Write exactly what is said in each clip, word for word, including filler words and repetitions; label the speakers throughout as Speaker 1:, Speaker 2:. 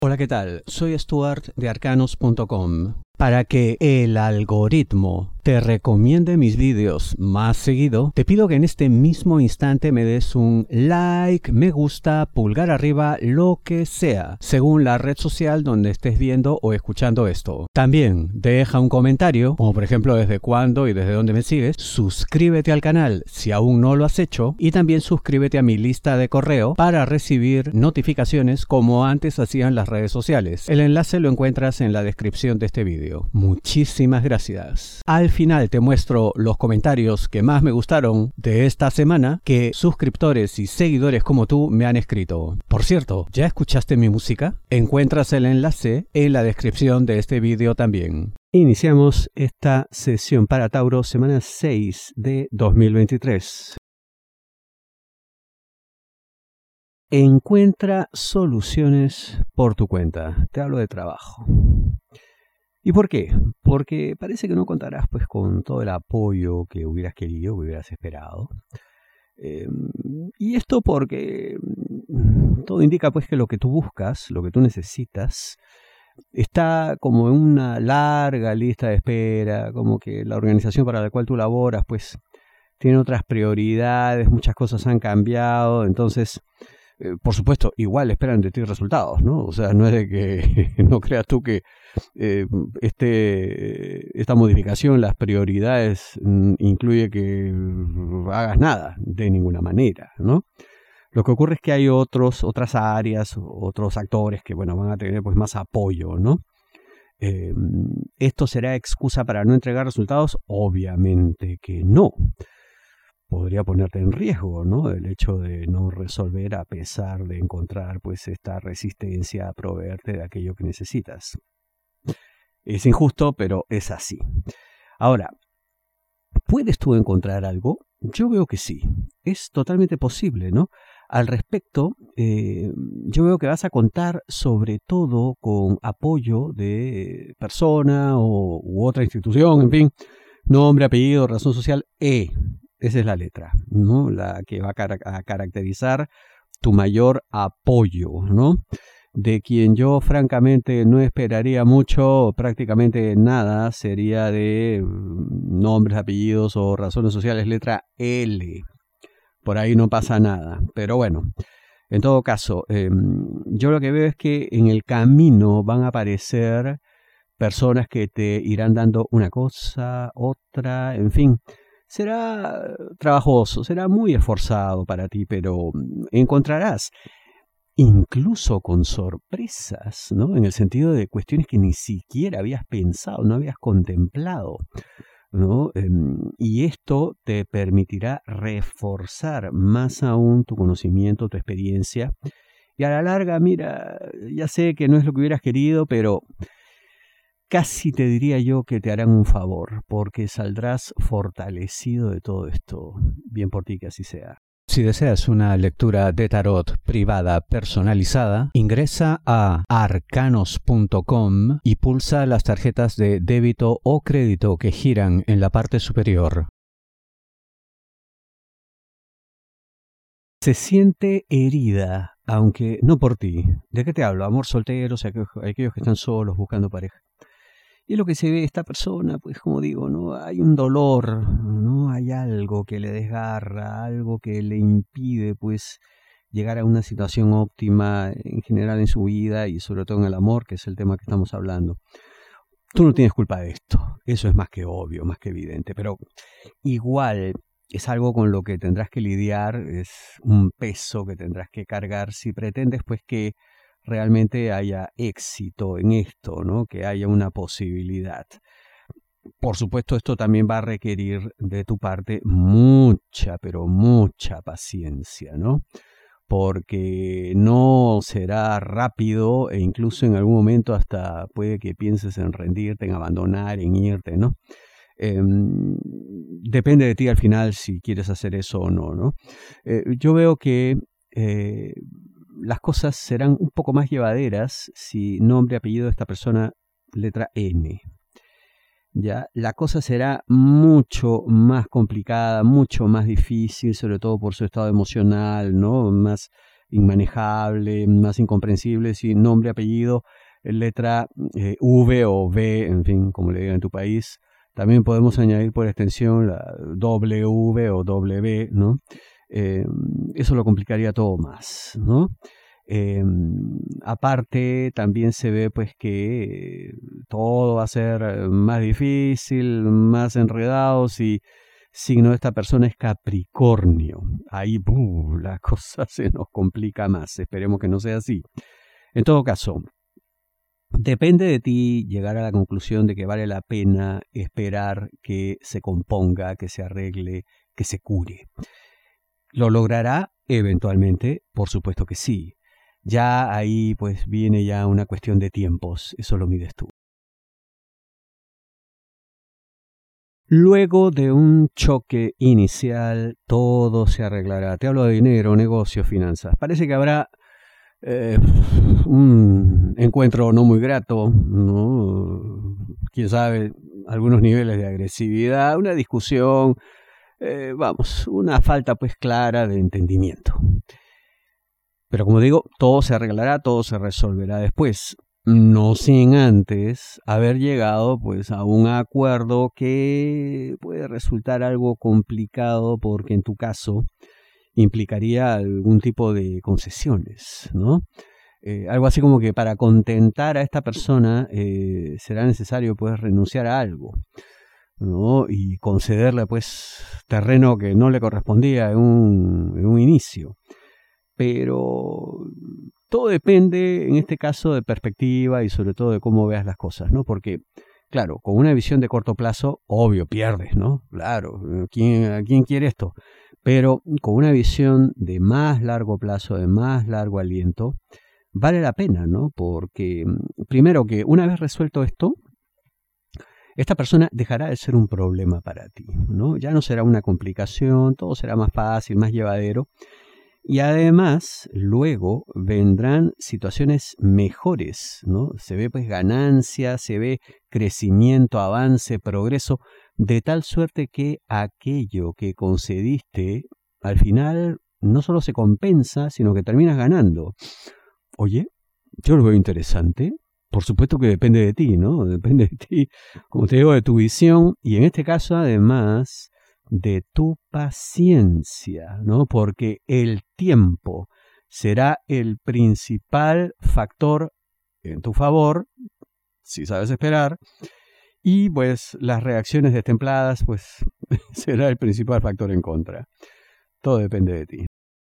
Speaker 1: Hola, ¿qué tal? Soy Stuart de arcanos punto com. Para que el algoritmo te recomiende mis vídeos más seguido, te pido que en este mismo instante me des un like, me gusta, pulgar arriba, lo que sea, según la red social donde estés viendo o escuchando esto. También deja un comentario, como por ejemplo desde cuándo y desde dónde me sigues, suscríbete al canal si aún no lo has hecho y también suscríbete a mi lista de correo para recibir notificaciones como antes hacían las redes sociales. El enlace lo encuentras en la descripción de este vídeo. Muchísimas gracias. Al final te muestro los comentarios que más me gustaron de esta semana que suscriptores y seguidores como tú me han escrito. Por cierto, ¿ya escuchaste mi música? Encuentras el enlace en la descripción de este vídeo también. Iniciamos esta sesión para Tauro, semana seis de dos mil veintitrés. Encuentra soluciones por tu cuenta. Te hablo de trabajo. ¿Y por qué? Porque parece que no contarás pues con todo el apoyo que hubieras querido, que hubieras esperado. Eh, y esto porque todo indica pues que lo que tú buscas, lo que tú necesitas, está como en una larga lista de espera, como que la organización para la cual tú laboras pues tiene otras prioridades, muchas cosas han cambiado, entonces... Eh, por supuesto, igual esperan de ti resultados, ¿no? O sea, no es de que no creas tú que eh, este, esta modificación, las prioridades, mm, incluye que hagas nada, de ninguna manera, ¿no? Lo que ocurre es que hay otros, otras áreas, otros actores que, bueno, van a tener pues más apoyo, ¿no? Eh, ¿Esto será excusa para no entregar resultados? Obviamente que no. Podría ponerte en riesgo, ¿no? El hecho de no resolver a pesar de encontrar pues esta resistencia a proveerte de aquello que necesitas. Es injusto, pero es así. Ahora, ¿puedes tú encontrar algo? Yo veo que sí. Es totalmente posible, ¿no? Al respecto, eh, yo veo que vas a contar sobre todo con apoyo de persona o, u otra institución, en fin, nombre, apellido, razón social, E. Esa es la letra, ¿no? La que va a, car a caracterizar tu mayor apoyo, ¿no? De quien yo francamente no esperaría mucho, prácticamente nada, sería de nombres, apellidos o razones sociales, letra L. Por ahí no pasa nada, pero bueno, en todo caso, eh, yo lo que veo es que en el camino van a aparecer personas que te irán dando una cosa, otra, en fin. Será trabajoso, será muy esforzado para ti, pero encontrarás, incluso con sorpresas, ¿no? En el sentido de cuestiones que ni siquiera habías pensado, no habías contemplado, ¿no? Y esto te permitirá reforzar más aún tu conocimiento, tu experiencia. Y a la larga, mira, ya sé que no es lo que hubieras querido, pero... casi te diría yo que te harán un favor, porque saldrás fortalecido de todo esto. Bien por ti que así sea. Si deseas una lectura de tarot privada personalizada, ingresa a arcanos punto com y pulsa las tarjetas de débito o crédito que giran en la parte superior. Se siente herida, aunque no por ti. ¿De qué te hablo? Amor soltero, o sea, aquellos que están solos buscando pareja. Y es lo que se ve esta persona, pues como digo, ¿no? Hay un dolor, ¿no? Hay algo que le desgarra, algo que le impide, pues, llegar a una situación óptima en general en su vida y sobre todo en el amor, que es el tema que estamos hablando. Tú no tienes culpa de esto, eso es más que obvio, más que evidente, pero igual es algo con lo que tendrás que lidiar, es un peso que tendrás que cargar si pretendes, pues, que realmente haya éxito en esto, ¿no? Que haya una posibilidad. Por supuesto, esto también va a requerir de tu parte mucha, pero mucha paciencia, ¿no? Porque no será rápido e incluso en algún momento hasta puede que pienses en rendirte, en abandonar, en irte, ¿no? Eh, depende de ti al final si quieres hacer eso o no, ¿no? Eh, yo veo que... Eh, las cosas serán un poco más llevaderas si nombre, apellido de esta persona, letra N. Ya, la cosa será mucho más complicada, mucho más difícil, sobre todo por su estado emocional, ¿no? Más inmanejable, más incomprensible, si nombre, apellido, letra eh, V o V, en fin, como le digan en tu país. También podemos añadir por extensión la W o W, ¿no? Eh, eso lo complicaría todo más, ¿no? Eh, aparte, también se ve pues que eh, todo va a ser más difícil, más enredado si signo de esta persona es Capricornio. Ahí ¡buh!, la cosa se nos complica más. Esperemos que no sea así. En todo caso, depende de ti llegar a la conclusión de que vale la pena esperar que se componga, que se arregle, que se cure. ¿Lo logrará? Eventualmente, por supuesto que sí. Ya ahí pues viene ya una cuestión de tiempos, eso lo mides tú. Luego de un choque inicial, todo se arreglará. Te hablo de dinero, negocios, finanzas. Parece que habrá eh, un encuentro no muy grato, ¿no? Quién sabe, algunos niveles de agresividad, una discusión, eh, vamos, una falta pues clara de entendimiento. Pero como digo, todo se arreglará, todo se resolverá después. No sin antes haber llegado pues a un acuerdo que puede resultar algo complicado porque en tu caso implicaría algún tipo de concesiones, ¿no? Eh, algo así como que para contentar a esta persona eh, será necesario pues renunciar a algo, ¿no? Y concederle pues terreno que no le correspondía en un, en un inicio. Pero todo depende, en este caso, de perspectiva y sobre todo de cómo veas las cosas, ¿no? Porque, claro, con una visión de corto plazo, obvio, pierdes, ¿no? Claro, ¿quién, ¿a quién quiere esto? Pero con una visión de más largo plazo, de más largo aliento, vale la pena, ¿no? Porque, primero que una vez resuelto esto, esta persona dejará de ser un problema para ti, ¿no? Ya no será una complicación, todo será más fácil, más llevadero. Y además, luego vendrán situaciones mejores, ¿no? Se ve pues ganancia, se ve crecimiento, avance, progreso, de tal suerte que aquello que concediste, al final no solo se compensa, sino que terminas ganando. Oye, yo lo veo interesante. Por supuesto que depende de ti, ¿no? Depende de ti, como te digo, de tu visión y en este caso además de tu paciencia, ¿no? Porque el tiempo será el principal factor en tu favor, si sabes esperar, y pues las reacciones destempladas, pues será el principal factor en contra. Todo depende de ti.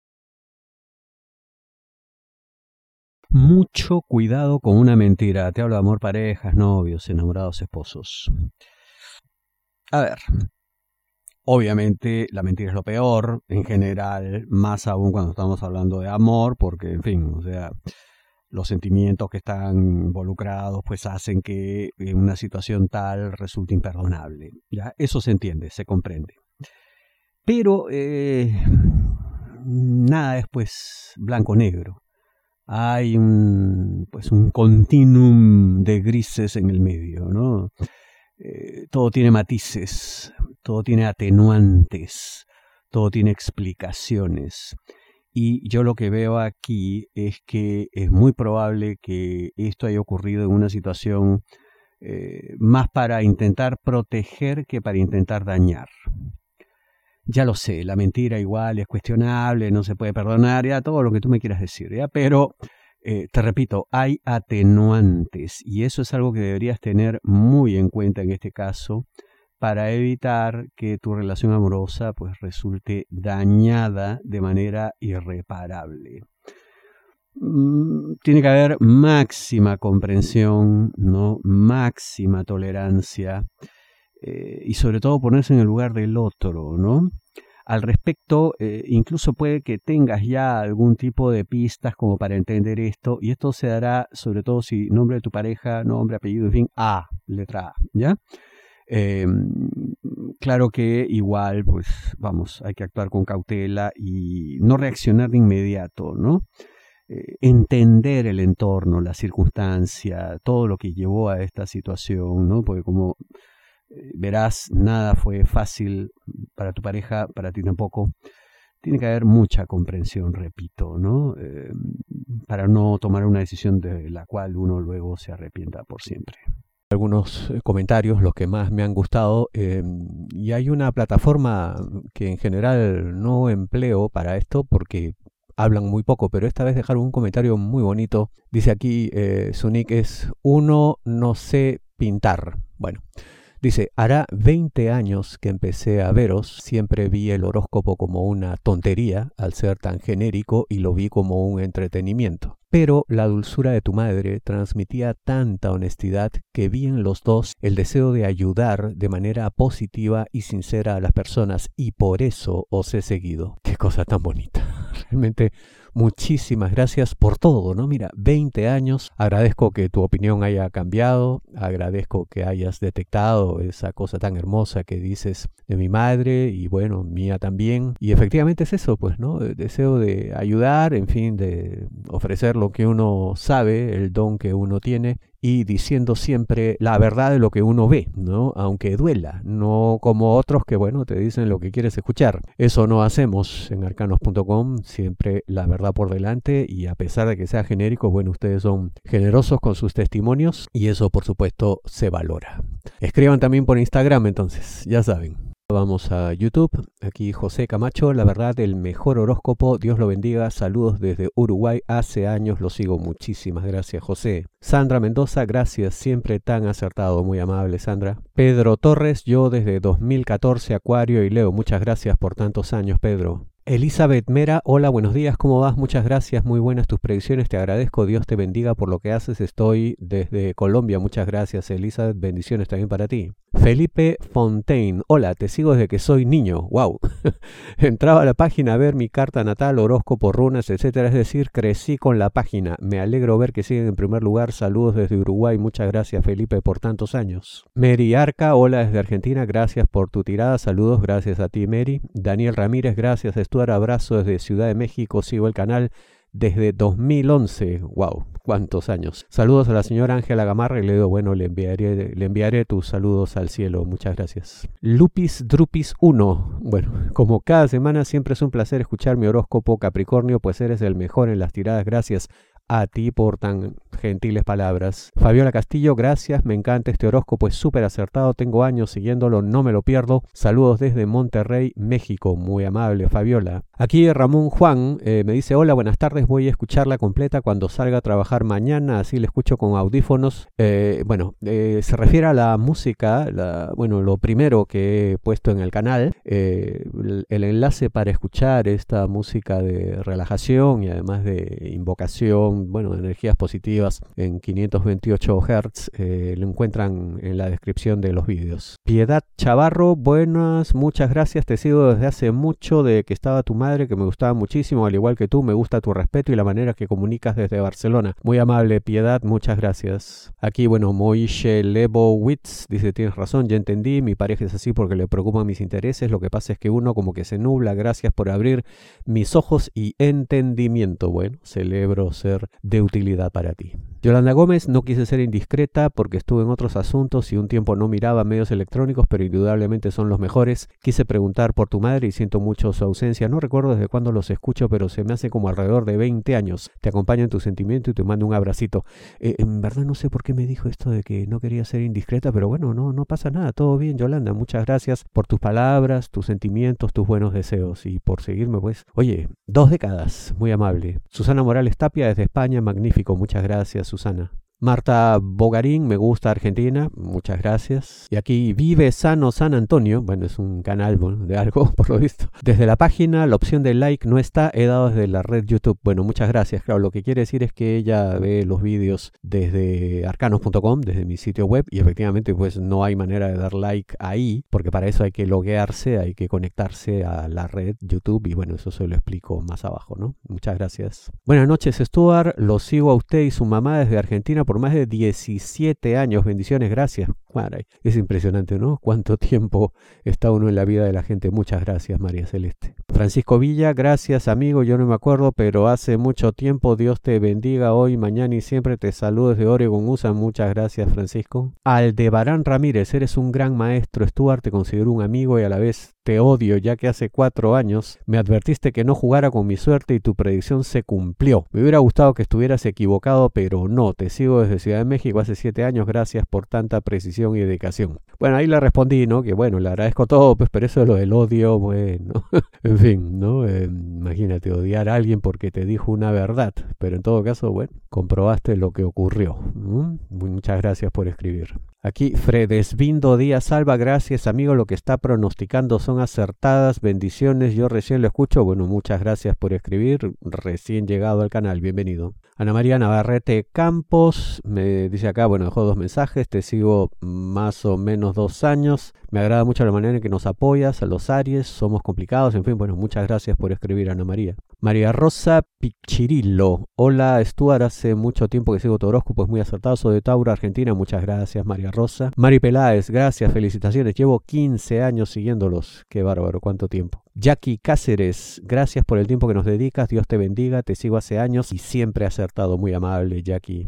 Speaker 1: Mucho cuidado con una mentira. Te hablo de amor, parejas, novios, enamorados, esposos. A ver, obviamente la mentira es lo peor en general, más aún cuando estamos hablando de amor, porque en fin, o sea, los sentimientos que están involucrados pues hacen que en una situación tal resulte imperdonable. ¿Ya? Eso se entiende, se comprende. Pero eh, nada es pues blanco-negro. Hay un, pues un continuum de grises en el medio, ¿no? Eh, todo tiene matices, todo tiene atenuantes, todo tiene explicaciones. Y yo lo que veo aquí es que es muy probable que esto haya ocurrido en una situación eh, más para intentar proteger que para intentar dañar. Ya lo sé, la mentira igual es cuestionable, no se puede perdonar, ya todo lo que tú me quieras decir, ya, pero eh, te repito, hay atenuantes y eso es algo que deberías tener muy en cuenta en este caso para evitar que tu relación amorosa pues resulte dañada de manera irreparable. Mm, tiene que haber máxima comprensión, ¿no? Máxima tolerancia. Eh, y sobre todo ponerse en el lugar del otro, ¿no? Al respecto, eh, incluso puede que tengas ya algún tipo de pistas como para entender esto, y esto se dará sobre todo si nombre de tu pareja, nombre, apellido, en fin, A, letra A, ¿ya? Eh, claro que igual, pues, vamos, hay que actuar con cautela y no reaccionar de inmediato, ¿no? Eh, entender el entorno, la circunstancia, todo lo que llevó a esta situación, ¿no? Porque como verás, nada fue fácil para tu pareja, para ti tampoco. tiene que haber mucha comprensión, repito, ¿no? Eh, para no tomar una decisión de la cual uno luego se arrepienta por siempre. Algunos comentarios, los que más me han gustado, eh, y hay una plataforma que en general no empleo para esto porque hablan muy poco, pero esta vez dejaron un comentario muy bonito. Dice aquí, eh, su nick es uno no sé pintar. Bueno, dice, hará veinte años que empecé a veros, siempre vi el horóscopo como una tontería al ser tan genérico y lo vi como un entretenimiento. Pero la dulzura de tu madre transmitía tanta honestidad que vi en los dos el deseo de ayudar de manera positiva y sincera a las personas y por eso os he seguido. Qué cosa tan bonita. Realmente muchísimas gracias por todo, ¿no? Mira, veinte años, agradezco que tu opinión haya cambiado, agradezco que hayas detectado esa cosa tan hermosa que dices de mi madre y bueno, mía también. Y efectivamente es eso, pues, ¿no? El deseo de ayudar, en fin, de ofrecer lo que uno sabe, el don que uno tiene y diciendo siempre la verdad de lo que uno ve, ¿no? Aunque duela, no como otros que, bueno, te dicen lo que quieres escuchar. Eso no hacemos en arcanos punto com, siempre la verdad por delante y a pesar de que sea genérico, bueno, ustedes son generosos con sus testimonios y eso, por supuesto, se valora. Escriban también por Instagram, entonces, ya saben. Vamos a YouTube, aquí José Camacho, la verdad, el mejor horóscopo, Dios lo bendiga, saludos desde Uruguay, hace años lo sigo, muchísimas gracias José. Sandra Mendoza, gracias, siempre tan acertado, muy amable Sandra. Pedro Torres, yo desde dos mil catorce, Acuario y Leo, muchas gracias por tantos años Pedro. Elizabeth Mera, hola, buenos días, ¿cómo vas? Muchas gracias, muy buenas tus predicciones, te agradezco, Dios te bendiga por lo que haces, estoy desde Colombia, muchas gracias Elizabeth, bendiciones también para ti. Felipe Fontaine, hola, te sigo desde que soy niño, wow, entraba a la página a ver mi carta natal, horóscopo, runas, etcétera, es decir, crecí con la página, me alegro ver que siguen en primer lugar, saludos desde Uruguay, muchas gracias Felipe por tantos años. Mary Arca, hola desde Argentina, gracias por tu tirada, saludos, gracias a ti Mary. Daniel Ramírez, gracias, Stuart, abrazo desde Ciudad de México, sigo el canal desde dos mil once, wow, cuántos años. Saludos a la señora Ángela Gamarra y le digo, bueno, le enviaré, le enviaré tus saludos al cielo, muchas gracias. Lupis Drupis uno, bueno, como cada semana siempre es un placer escuchar mi horóscopo Capricornio, pues eres el mejor en las tiradas, gracias a ti por tan gentiles palabras. Fabiola Castillo, gracias, me encanta este horóscopo, es súper acertado, tengo años siguiéndolo, no me lo pierdo. Saludos desde Monterrey, México, muy amable Fabiola. Aquí Ramón Juan eh, me dice, hola, buenas tardes, voy a escucharla completa cuando salga a trabajar mañana, así la escucho con audífonos. Eh, bueno, eh, se refiere a la música, la, bueno, lo primero que he puesto en el canal, eh, el, el enlace para escuchar esta música de relajación y además de invocación, bueno, de energías positivas en quinientos veintiocho hertz, eh, lo encuentran en la descripción de los vídeos. Piedad Chavarro, buenas, muchas gracias, te sigo desde hace mucho, de que estaba tu madre, que me gustaba muchísimo, al igual que tú, me gusta tu respeto y la manera que comunicas desde Barcelona. Muy amable, Piedad, muchas gracias. Aquí, bueno, Moishe Lebowitz dice, tienes razón, ya entendí, mi pareja es así porque le preocupan mis intereses, lo que pasa es que uno como que se nubla, gracias por abrir mis ojos y entendimiento. Bueno, celebro ser de utilidad para ti. Yolanda Gómez, no quise ser indiscreta porque estuve en otros asuntos y un tiempo no miraba medios electrónicos, pero indudablemente son los mejores. Quise preguntar por tu madre y siento mucho su ausencia. No recuerdo desde cuándo los escucho, pero se me hace como alrededor de veinte años. Te acompaño en tu sentimiento y te mando un abracito. Eh, en verdad no sé por qué me dijo esto de que no quería ser indiscreta, pero bueno, no, no pasa nada. Todo bien, Yolanda. Muchas gracias por tus palabras, tus sentimientos, tus buenos deseos y por seguirme, pues. Oye, dos décadas. Muy amable. Susana Morales Tapia desde España. Magnífico. Muchas gracias, Susana. Marta Bogarín, me gusta Argentina, muchas gracias. Y aquí Vive Sano San Antonio, bueno, es un canal, bueno, de algo, por lo visto. Desde la página, la opción de like no está, he dado desde la red YouTube. Bueno, muchas gracias. Claro, lo que quiere decir es que ella ve los vídeos desde arcanos punto com, desde mi sitio web, y efectivamente, pues no hay manera de dar like ahí, porque para eso hay que loguearse, hay que conectarse a la red YouTube, y bueno, eso se lo explico más abajo, ¿no? Muchas gracias. Buenas noches, Stuart, lo sigo a usted y su mamá desde Argentina por más de diecisiete años. Bendiciones, gracias. Maray. Es impresionante, ¿no? Cuánto tiempo está uno en la vida de la gente. Muchas gracias, María Celeste. Francisco Villa, gracias, amigo. Yo no me acuerdo, pero hace mucho tiempo. Dios te bendiga hoy, mañana y siempre. Te saludo desde Oregon, U S A. Muchas gracias, Francisco. Aldebarán Ramírez, eres un gran maestro. Stuart, te considero un amigo y a la vez te odio, ya que hace cuatro años me advertiste que no jugara con mi suerte y tu predicción se cumplió. Me hubiera gustado que estuvieras equivocado, pero no. Te sigo desde Ciudad de México hace siete años. Gracias por tanta precisión y dedicación. Bueno, ahí le respondí, ¿no? Que bueno, le agradezco todo, pues, pero eso de lo del odio, bueno, en fin, ¿no? Eh, imagínate odiar a alguien porque te dijo una verdad, pero en todo caso, bueno, comprobaste lo que ocurrió. ¿Mm? Muchas gracias por escribir. Aquí Fredesvindo Díaz Alba, gracias amigo, lo que está pronosticando son acertadas, bendiciones, yo recién lo escucho, bueno, muchas gracias por escribir, recién llegado al canal, bienvenido. Ana María Navarrete Campos, me dice acá, bueno, dejó dos mensajes, te sigo más o menos dos años, me agrada mucho la manera en que nos apoyas, a los Aries, somos complicados, en fin, bueno, muchas gracias por escribir, Ana María. María Rosa Pichirillo, hola Stuart, hace mucho tiempo que sigo tu horóscopo, es muy acertado, soy de Tauro, Argentina, muchas gracias María Rosa. Mari Peláez, gracias, felicitaciones, llevo quince años siguiéndolos, qué bárbaro, cuánto tiempo. Jackie Cáceres, gracias por el tiempo que nos dedicas, Dios te bendiga, te sigo hace años y siempre acertado, muy amable Jackie.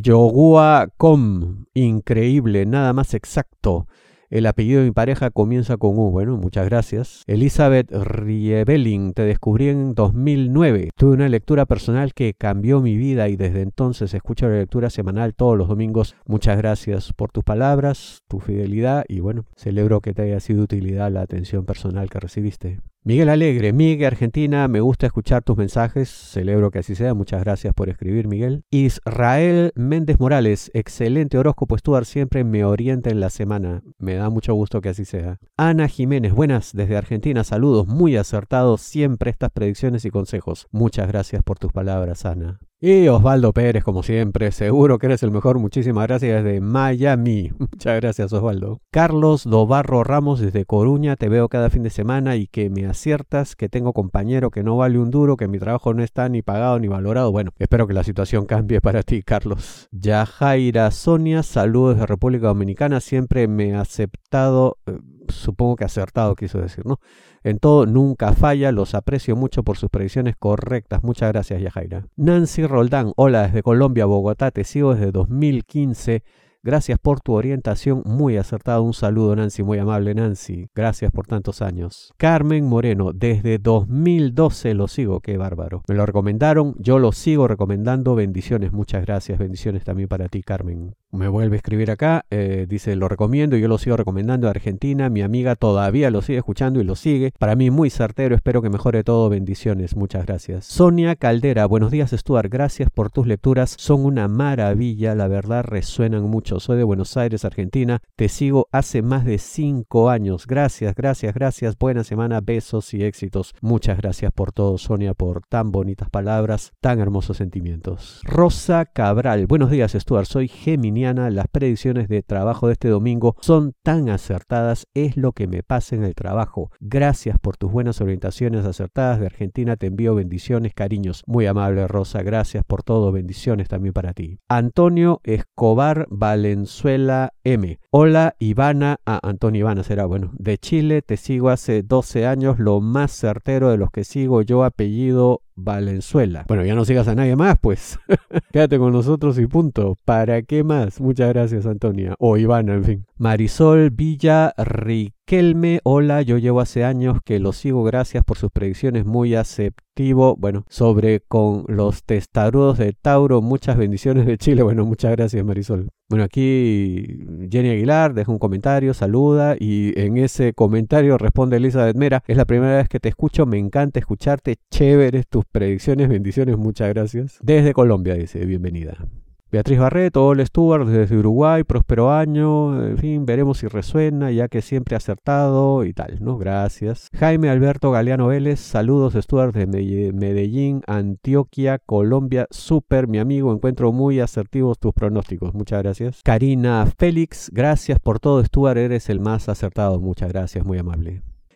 Speaker 1: Eyogua Com, increíble, nada más exacto. El apellido de mi pareja comienza con U. Bueno, muchas gracias. Elizabeth Riebeling, te descubrí en dos mil nueve. Tuve una lectura personal que cambió mi vida y desde entonces escucho la lectura semanal todos los domingos. Muchas gracias por tus palabras, tu fidelidad y bueno, celebro que te haya sido de utilidad la atención personal que recibiste. Miguel Alegre, Miguel Argentina, me gusta escuchar tus mensajes, celebro que así sea, muchas gracias por escribir Miguel. Israel Méndez Morales, excelente horóscopo Stuart, siempre me orienta en la semana, me da mucho gusto que así sea. Ana Jiménez, buenas desde Argentina, saludos, muy acertados siempre estas predicciones y consejos, muchas gracias por tus palabras Ana. Y Osvaldo Pérez, como siempre, seguro que eres el mejor. Muchísimas gracias desde Miami. Muchas gracias, Osvaldo. Carlos Dobarro Ramos desde Coruña. Te veo cada fin de semana y que me aciertas, que tengo compañero que no vale un duro, que mi trabajo no está ni pagado ni valorado. Bueno, espero que la situación cambie para ti, Carlos. Yajaira Sonia, saludos de República Dominicana. Siempre me ha aceptado, eh, supongo que acertado quiso decir, ¿no? En todo, nunca falla, los aprecio mucho por sus predicciones correctas. Muchas gracias, Yajaira. Nancy Roldán, hola desde Colombia, Bogotá, te sigo desde dos mil quince. Gracias por tu orientación, muy acertado. Un saludo, Nancy, muy amable, Nancy. Gracias por tantos años. Carmen Moreno, desde dos mil doce lo sigo, qué bárbaro. Me lo recomendaron, yo lo sigo recomendando. Bendiciones, muchas gracias. Bendiciones también para ti, Carmen. Me vuelve a escribir acá, eh, dice, lo recomiendo, yo lo sigo recomendando a Argentina. Mi amiga todavía lo sigue escuchando y lo sigue. Para mí muy certero, espero que mejore todo. Bendiciones, muchas gracias. Sonia Caldera, buenos días, Stuart. Gracias por tus lecturas, son una maravilla, la verdad resuenan mucho. Soy de Buenos Aires, Argentina. Te sigo hace más de cinco años. Gracias, gracias, gracias. Buena semana, besos y éxitos. Muchas gracias por todo, Sonia, por tan bonitas palabras, tan hermosos sentimientos. Rosa Cabral. Buenos días, Stuart. Soy geminiana. Las predicciones de trabajo de este domingo son tan acertadas. Es lo que me pasa en el trabajo. Gracias por tus buenas orientaciones acertadas. De Argentina te envío bendiciones, cariños. Muy amable, Rosa. Gracias por todo. Bendiciones también para ti. Antonio Escobar Valenzuela M. Hola, Ivana. Ah, Antonio Ivana será, bueno. De Chile, te sigo hace doce años. Lo más certero de los que sigo yo, apellido Valenzuela. Bueno, ya no sigas a nadie más, pues. Quédate con nosotros y punto. ¿Para qué más? Muchas gracias, Antonia. O Ivana, en fin. Marisol Villa Riquelme. Hola, yo llevo hace años que lo sigo. Gracias por sus predicciones. Muy aceptivo. Bueno, sobre con los testarudos de Tauro. Muchas bendiciones de Chile. Bueno, muchas gracias, Marisol. Bueno, aquí Jenny Aguilar deja un comentario, saluda y en ese comentario responde Elizabeth Mera. Es la primera vez que te escucho, me encanta escucharte, chéveres tus predicciones, bendiciones, muchas gracias. Desde Colombia dice, bienvenida. Beatriz Barreto, hola Stuart, desde Uruguay, próspero año, en fin, veremos si resuena, ya que siempre ha acertado y tal, ¿no? Gracias. Jaime Alberto Galeano Vélez, saludos Stuart desde Medellín, Antioquia, Colombia, súper, mi amigo, encuentro muy asertivos tus pronósticos, muchas gracias. Karina Félix, gracias por todo Stuart, eres el más acertado, muchas gracias, muy amable.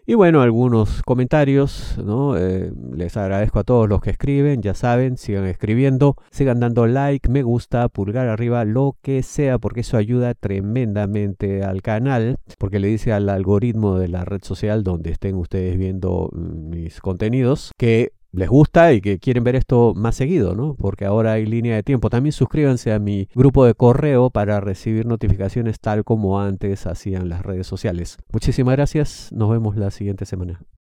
Speaker 1: Y bueno, algunos comentarios, ¿no? Eh, les agradezco a todos los que escriben, ya saben, sigan escribiendo, sigan dando like, me gusta, pulgar arriba, lo que sea, porque eso ayuda tremendamente al canal, porque le dice al algoritmo de la red social donde estén ustedes viendo mis contenidos que les gusta y que quieren ver esto más seguido, ¿no? Porque ahora hay línea de tiempo. También suscríbanse a mi grupo de correo para recibir notificaciones tal como antes hacían las redes sociales. Muchísimas gracias. Nos vemos la siguiente semana.